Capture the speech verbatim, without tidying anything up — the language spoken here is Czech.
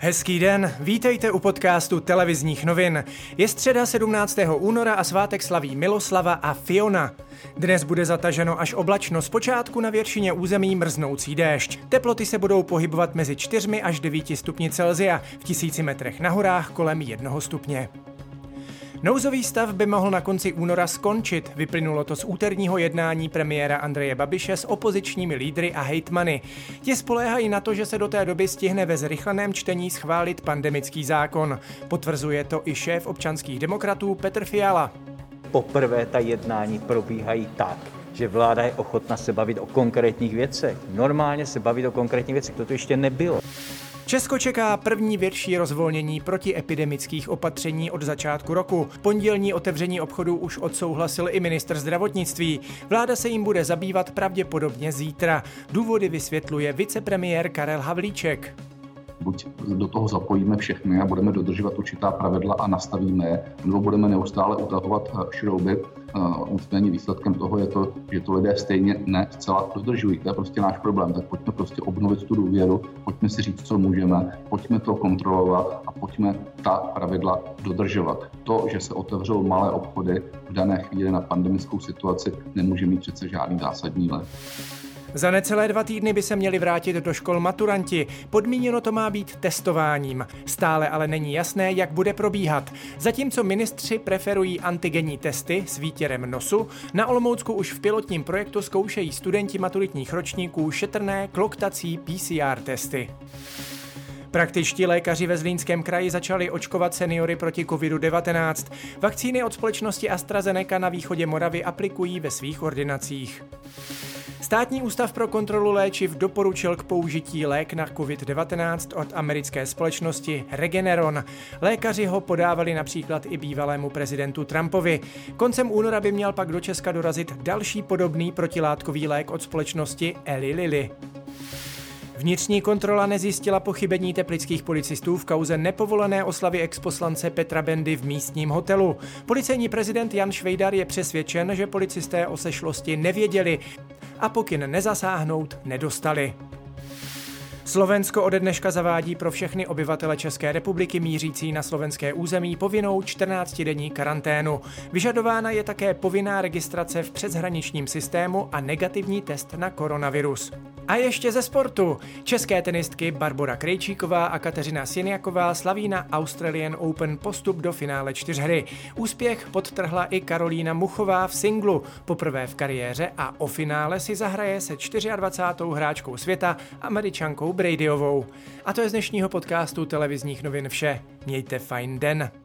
Hezký den, vítejte u podcastu Televizních novin. Je středa sedmnáctého února a svátek slaví Miloslava a Fiona. Dnes bude zataženo až oblačno, zpočátku na většině území mrznoucí déšť. Teploty se budou pohybovat mezi čtyřmi až devíti stupni Celsia, v tisíci metrech na horách kolem jednoho stupně. Nouzový stav by mohl na konci února skončit, vyplynulo to z úterního jednání premiéra Andreje Babiše s opozičními lídry a hejtmany. Ti spoléhají na to, že se do té doby stihne ve zrychleném čtení schválit pandemický zákon. Potvrzuje to i šéf občanských demokratů Petr Fiala. Poprvé ta jednání probíhají tak, že vláda je ochotna se bavit o konkrétních věcech. Normálně se bavit o konkrétních věcech, to ještě nebylo. Česko čeká první větší rozvolnění protiepidemických opatření od začátku roku. Pondělní otevření obchodů už odsouhlasil i ministr zdravotnictví. Vláda se jim bude zabývat pravděpodobně zítra. Důvody vysvětluje vicepremiér Karel Havlíček. Buď do toho zapojíme všechny a budeme dodržovat určitá pravidla a nastavíme je, nebo budeme neustále utahovat šrouby. Nicméně výsledkem toho je to, že to lidé stejně ne zcela dodržují. To je prostě náš problém. Tak pojďme prostě obnovit tu důvěru, pojďme si říct, co můžeme, pojďme to kontrolovat a pojďme ta pravidla dodržovat. To, že se otevřou malé obchody v dané chvíli na pandemickou situaci, nemůže mít přece žádný zásadní vliv. Za necelé dva týdny by se měli vrátit do škol maturanti. Podmíněno to má být testováním. Stále ale není jasné, jak bude probíhat. Zatímco ministři preferují antigenní testy s výtěrem nosu, na Olomoucku už v pilotním projektu zkoušejí studenti maturitních ročníků šetrné kloktací P C R testy. Praktičtí lékaři ve Zlínském kraji začali očkovat seniory proti kovidu devatenáct. Vakcíny od společnosti AstraZeneca na východě Moravy aplikují ve svých ordinacích. Státní ústav pro kontrolu léčiv doporučil k použití lék na covid devatenáct od americké společnosti Regeneron. Lékaři ho podávali například i bývalému prezidentu Trumpovi. Koncem února by měl pak do Česka dorazit další podobný protilátkový lék od společnosti Eli Lilly. Vnitřní kontrola nezjistila pochybení teplických policistů v kauze nepovolené oslavy exposlance Petra Bendy v místním hotelu. Policejní prezident Jan Švejdar je přesvědčen, že policisté o sešlosti nevěděli a pokyn nezasáhnout nedostali. Slovensko ode dneška zavádí pro všechny obyvatele České republiky mířící na slovenské území povinnou čtrnáctidenní karanténu. Vyžadována je také povinná registrace v přeshraničním systému a negativní test na koronavirus. A ještě ze sportu. České tenistky Barbora Krejčíková a Kateřina Siniaková slaví na Australian Open postup do finále čtyřhry. Úspěch podtrhla i Karolína Muchová v singlu, poprvé v kariéře, a o finále si zahraje se dvacátou čtvrtou hráčkou světa, Američankou Bradyovou. A to je z dnešního podcastu Televizních novin vše. Mějte fajn den.